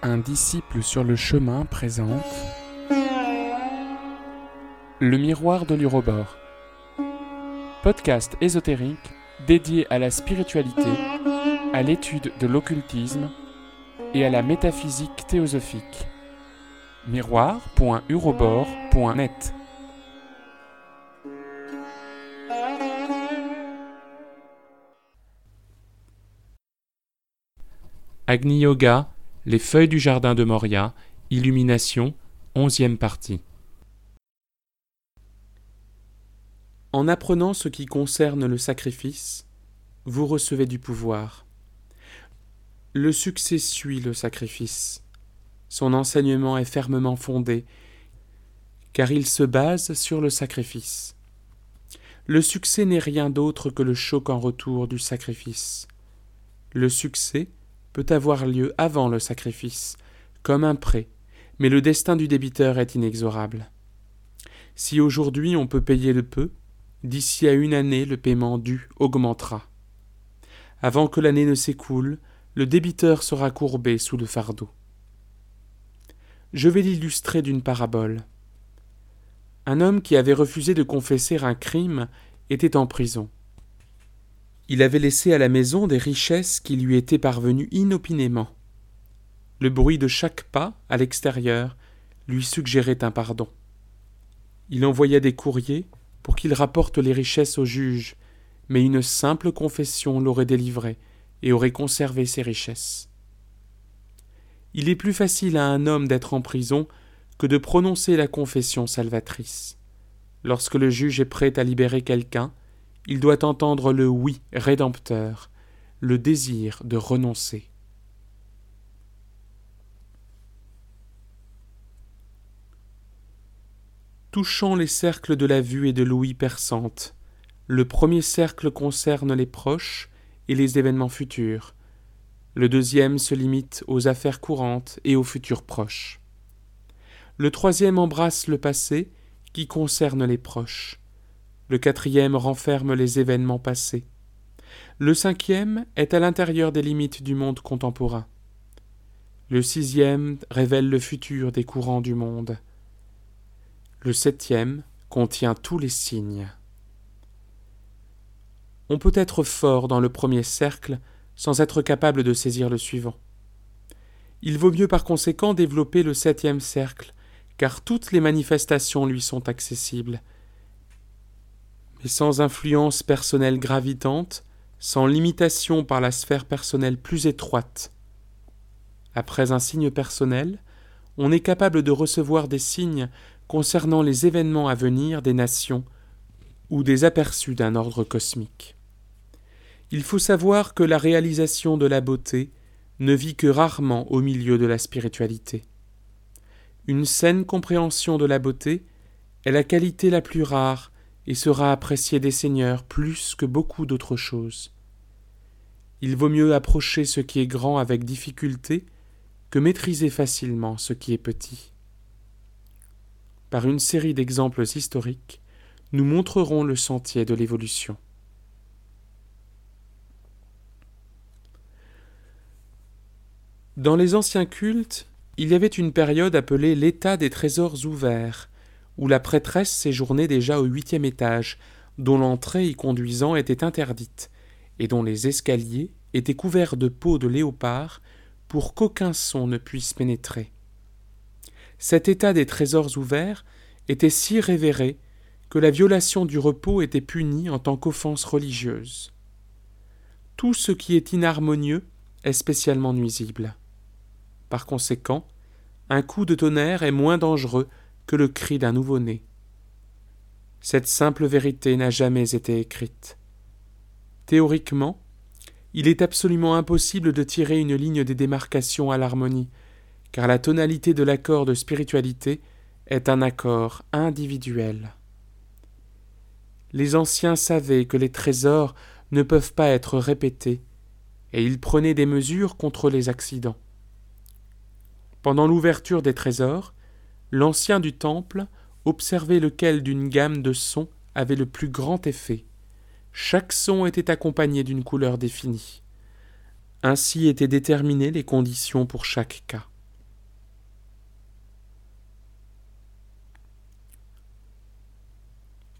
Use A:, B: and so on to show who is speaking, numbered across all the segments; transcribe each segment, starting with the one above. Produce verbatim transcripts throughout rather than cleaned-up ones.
A: Un disciple sur le chemin présente Le miroir de l'Urobore, podcast ésotérique dédié à la spiritualité, à l'étude de l'occultisme et à la métaphysique théosophique. miroir point urobore point net. Agni Yoga, les feuilles du jardin de Moria, Illumination, onzième partie. En apprenant ce qui concerne le sacrifice, vous recevez du pouvoir. Le succès suit le sacrifice. Son enseignement est fermement fondé, car il se base sur le sacrifice. Le succès n'est rien d'autre que le choc en retour du sacrifice. Le succès peut avoir lieu avant le sacrifice, comme un prêt, mais le destin du débiteur est inexorable. Si aujourd'hui on peut payer de peu, d'ici à une année le paiement dû augmentera. Avant que l'année ne s'écoule, le débiteur sera courbé sous le fardeau. Je vais l'illustrer d'une parabole. Un homme qui avait refusé de confesser un crime était en prison. Il avait laissé à la maison des richesses qui lui étaient parvenues inopinément. Le bruit de chaque pas, à l'extérieur, lui suggérait un pardon. Il envoya des courriers pour qu'il rapporte les richesses au juge, mais une simple confession l'aurait délivré et aurait conservé ses richesses. Il est plus facile à un homme d'être en prison que de prononcer la confession salvatrice. Lorsque le juge est prêt à libérer quelqu'un, il doit entendre le oui rédempteur, le désir de renoncer. Touchant les cercles de la vue et de l'ouïe perçante, le premier cercle concerne les proches et les événements futurs. Le deuxième se limite aux affaires courantes et aux futurs proches. Le troisième embrasse le passé qui concerne les proches. Le quatrième renferme les événements passés. Le cinquième est à l'intérieur des limites du monde contemporain. Le sixième révèle le futur des courants du monde. Le septième contient tous les signes. On peut être fort dans le premier cercle sans être capable de saisir le suivant. Il vaut mieux par conséquent développer le septième cercle, car toutes les manifestations lui sont accessibles. Mais sans influence personnelle gravitante, sans limitation par la sphère personnelle plus étroite. Après un signe personnel, on est capable de recevoir des signes concernant les événements à venir des nations ou des aperçus d'un ordre cosmique. Il faut savoir que la réalisation de la beauté ne vit que rarement au milieu de la spiritualité. Une saine compréhension de la beauté est la qualité la plus rare et sera apprécié des seigneurs plus que beaucoup d'autres choses. Il vaut mieux approcher ce qui est grand avec difficulté que maîtriser facilement ce qui est petit. Par une série d'exemples historiques, nous montrerons le sentier de l'évolution. Dans les anciens cultes, il y avait une période appelée l'état des trésors ouverts, où la prêtresse séjournait déjà au huitième étage, dont l'entrée y conduisant était interdite, et dont les escaliers étaient couverts de peaux de léopard pour qu'aucun son ne puisse pénétrer. Cet état des trésors ouverts était si révéré que la violation du repos était punie en tant qu'offense religieuse. Tout ce qui est inharmonieux est spécialement nuisible. Par conséquent, un coup de tonnerre est moins dangereux que le cri d'un nouveau-né. Cette simple vérité n'a jamais été écrite. Théoriquement, il est absolument impossible de tirer une ligne de démarcation à l'harmonie, car la tonalité de l'accord de spiritualité est un accord individuel. Les anciens savaient que les trésors ne peuvent pas être répétés, et ils prenaient des mesures contre les accidents. Pendant l'ouverture des trésors, l'ancien du temple observait lequel d'une gamme de sons avait le plus grand effet. Chaque son était accompagné d'une couleur définie. Ainsi étaient déterminées les conditions pour chaque cas.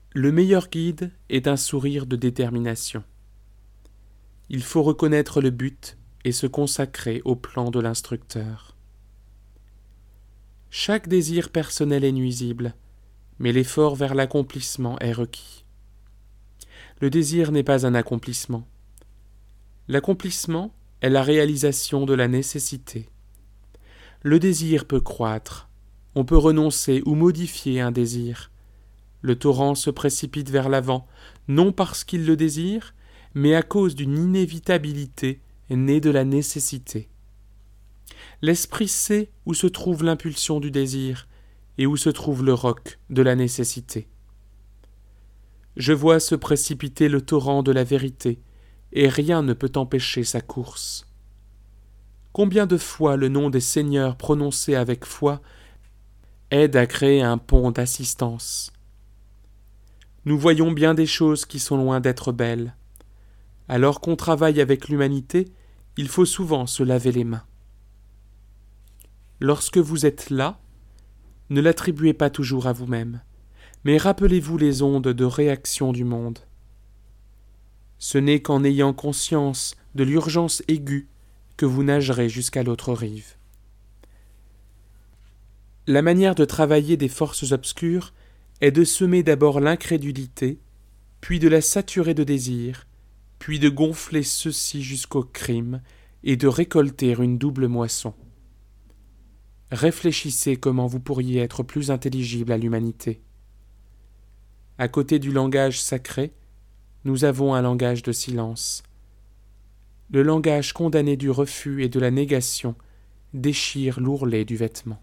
A: Le meilleur guide est un sourire de détermination. Il faut reconnaître le but et se consacrer au plan de l'instructeur. Chaque désir personnel est nuisible, mais l'effort vers l'accomplissement est requis. Le désir n'est pas un accomplissement. L'accomplissement est la réalisation de la nécessité. Le désir peut croître, on peut renoncer ou modifier un désir. Le torrent se précipite vers l'avant, non parce qu'il le désire, mais à cause d'une inévitabilité née de la nécessité. L'esprit sait où se trouve l'impulsion du désir et où se trouve le roc de la nécessité. Je vois se précipiter le torrent de la vérité, et rien ne peut empêcher sa course. Combien de fois le nom des seigneurs prononcé avec foi aide à créer un pont d'assistance. Nous voyons bien des choses qui sont loin d'être belles. Alors qu'on travaille avec l'humanité, il faut souvent se laver les mains. Lorsque vous êtes là, ne l'attribuez pas toujours à vous-même, mais rappelez-vous les ondes de réaction du monde. Ce n'est qu'en ayant conscience de l'urgence aiguë que vous nagerez jusqu'à l'autre rive. La manière de travailler des forces obscures est de semer d'abord l'incrédulité, puis de la saturer de désir, puis de gonfler ceux-ci jusqu'au crime et de récolter une double moisson. Réfléchissez comment vous pourriez être plus intelligible à l'humanité. À côté du langage sacré, nous avons un langage de silence. Le langage condamné du refus et de la négation déchire l'ourlet du vêtement.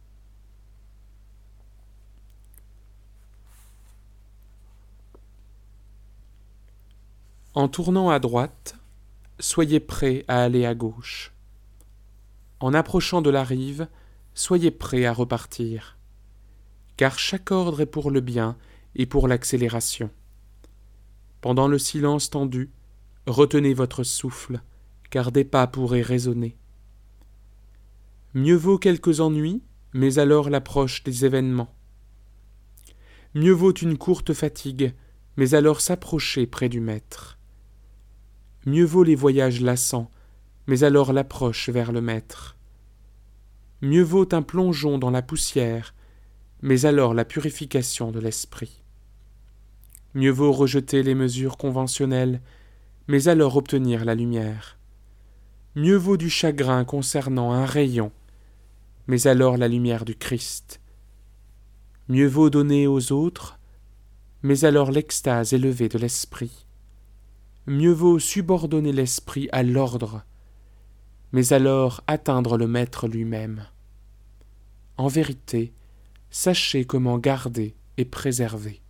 A: En tournant à droite, soyez prêts à aller à gauche. En approchant de la rive, soyez prêts à repartir. Car chaque ordre est pour le bien et pour l'accélération. Pendant le silence tendu, retenez votre souffle, car des pas pourraient résonner. Mieux vaut quelques ennuis, mais alors l'approche des événements. Mieux vaut une courte fatigue, mais alors s'approcher près du maître. Mieux vaut les voyages lassants, mais alors l'approche vers le maître. Mieux vaut un plongeon dans la poussière, mais alors la purification de l'esprit. Mieux vaut rejeter les mesures conventionnelles, mais alors obtenir la lumière. Mieux vaut du chagrin concernant un rayon, mais alors la lumière du Christ. Mieux vaut donner aux autres, mais alors l'extase élevée de l'esprit. Mieux vaut subordonner l'esprit à l'ordre, mais alors atteindre le Maître lui-même. En vérité, sachez comment garder et préserver.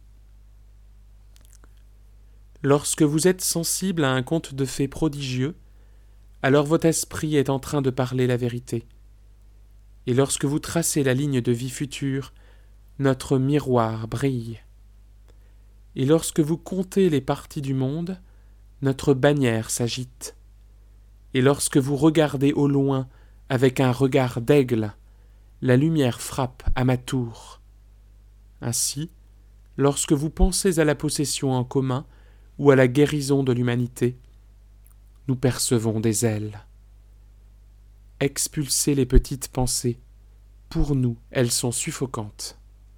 A: Lorsque vous êtes sensible à un conte de fées prodigieux, alors votre esprit est en train de parler la vérité. Et lorsque vous tracez la ligne de vie future, notre miroir brille. Et lorsque vous comptez les parties du monde, notre bannière s'agite. Et lorsque vous regardez au loin avec un regard d'aigle, la lumière frappe à ma tour. Ainsi, lorsque vous pensez à la possession en commun ou à la guérison de l'humanité, nous percevons des ailes. Expulsez les petites pensées. Pour nous, elles sont suffocantes.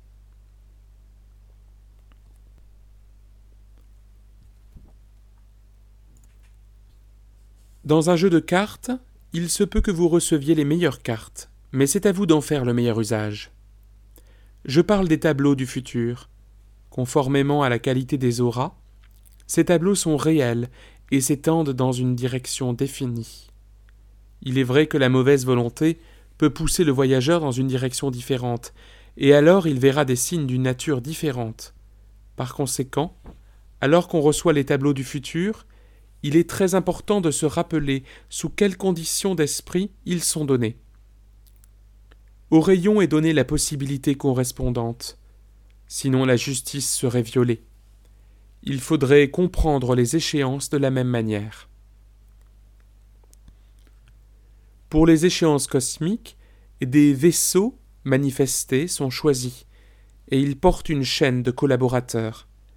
A: Dans un jeu de cartes, il se peut que vous receviez les meilleures cartes, mais c'est à vous d'en faire le meilleur usage. Je parle des tableaux du futur. Conformément à la qualité des auras, ces tableaux sont réels et s'étendent dans une direction définie. Il est vrai que la mauvaise volonté peut pousser le voyageur dans une direction différente, et alors il verra des signes d'une nature différente. Par conséquent, alors qu'on reçoit les tableaux du futur, il est très important de se rappeler sous quelles conditions d'esprit ils sont donnés. Au rayon est donnée la possibilité correspondante, sinon la justice serait violée. Il faudrait comprendre les échéances de la même manière. Pour les échéances cosmiques, des vaisseaux manifestés sont choisis, et ils portent une chaîne de collaborateurs.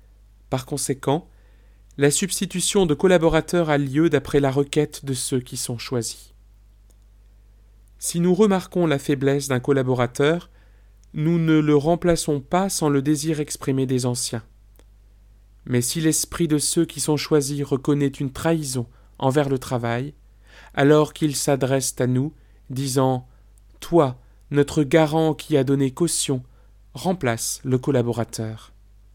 A: Par conséquent, la substitution de collaborateurs a lieu d'après la requête de ceux qui sont choisis. Si nous remarquons la faiblesse d'un collaborateur, nous ne le remplaçons pas sans le désir exprimé des anciens. Mais si l'esprit de ceux qui sont choisis reconnaît une trahison envers le travail, alors qu'ils s'adressent à nous, disant « Toi, notre garant qui a donné caution, remplace le collaborateur. »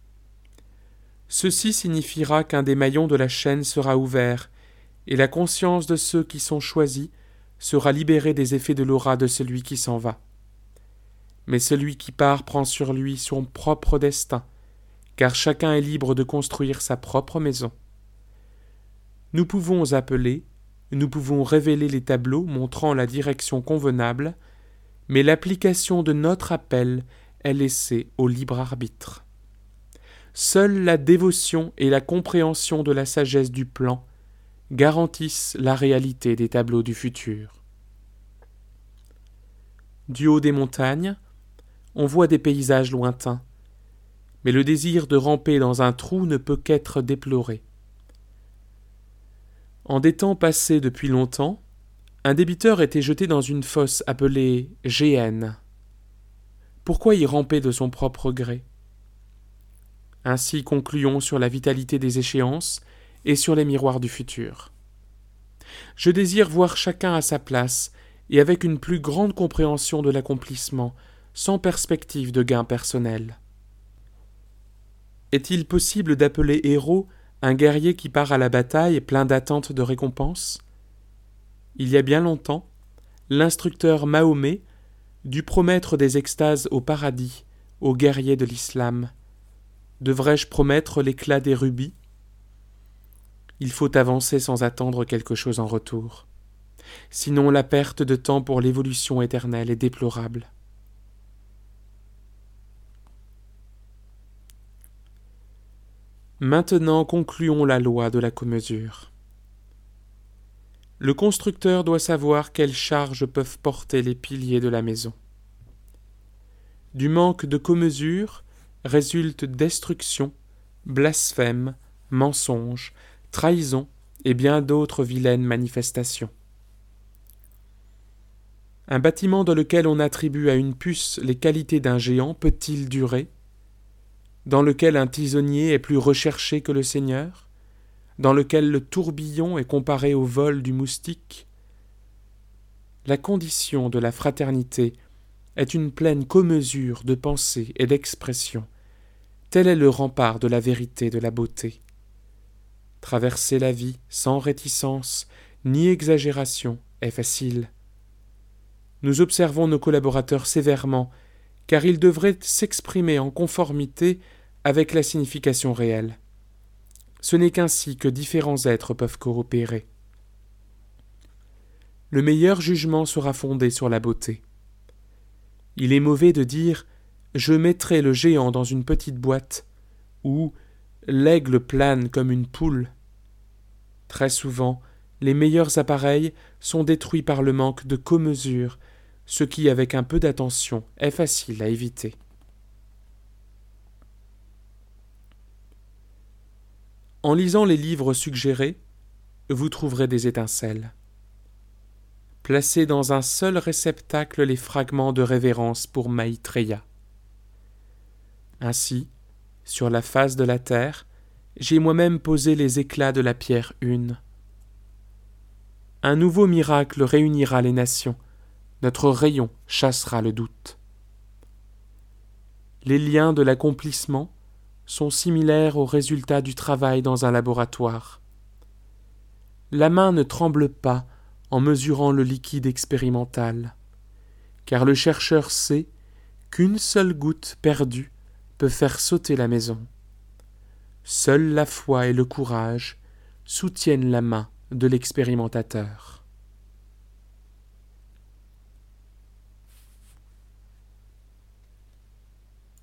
A: Ceci signifiera qu'un des maillons de la chaîne sera ouvert, et la conscience de ceux qui sont choisis sera libérée des effets de l'aura de celui qui s'en va. Mais celui qui part prend sur lui son propre destin, car chacun est libre de construire sa propre maison. Nous pouvons appeler, nous pouvons révéler les tableaux montrant la direction convenable, mais l'application de notre appel est laissée au libre arbitre. Seule la dévotion et la compréhension de la sagesse du plan garantissent la réalité des tableaux du futur. Du haut des montagnes, on voit des paysages lointains, mais le désir de ramper dans un trou ne peut qu'être déploré. En des temps passés depuis longtemps, un débiteur était jeté dans une fosse appelée Géhenne. Pourquoi y ramper de son propre gré ? Ainsi concluons sur la vitalité des échéances et sur les miroirs du futur. Je désire voir chacun à sa place et avec une plus grande compréhension de l'accomplissement, sans perspective de gain personnel. Est-il possible d'appeler héros un guerrier qui part à la bataille plein d'attentes de récompense ? Il y a bien longtemps, l'instructeur Mahomet dut promettre des extases au paradis aux guerriers de l'islam. Devrais-je promettre l'éclat des rubis ? Il faut avancer sans attendre quelque chose en retour. Sinon la perte de temps pour l'évolution éternelle est déplorable. Maintenant concluons la loi de la commesure. Le constructeur doit savoir quelles charges peuvent porter les piliers de la maison. Du manque de commesure résultent destruction, blasphème, mensonge, trahison et bien d'autres vilaines manifestations. Un bâtiment dans lequel on attribue à une puce les qualités d'un géant peut-il durer ? Dans lequel un tisonnier est plus recherché que le seigneur ? Dans lequel le tourbillon est comparé au vol du moustique ? La condition de la fraternité est une pleine commesure de pensée et d'expression. Tel est le rempart de la vérité et de la beauté. Traverser la vie sans réticence ni exagération est facile. Nous observons nos collaborateurs sévèrement, car ils devraient s'exprimer en conformité avec la signification réelle. Ce n'est qu'ainsi que différents êtres peuvent coopérer. Le meilleur jugement sera fondé sur la beauté. Il est mauvais de dire « je mettrai le géant dans une petite boîte » ou « l'aigle plane comme une poule ». Très souvent, les meilleurs appareils sont détruits par le manque de commesure, ce qui, avec un peu d'attention, est facile à éviter. En lisant les livres suggérés, vous trouverez des étincelles. Placez dans un seul réceptacle les fragments de révérence pour Maitreya. Ainsi, sur la face de la terre, j'ai moi-même posé les éclats de la pierre une. Un nouveau miracle réunira les nations, notre rayon chassera le doute. Les liens de l'accomplissement sont similaires aux résultats du travail dans un laboratoire. La main ne tremble pas en mesurant le liquide expérimental, car le chercheur sait qu'une seule goutte perdue peut faire sauter la maison. Seule la foi et le courage soutiennent la main de l'expérimentateur.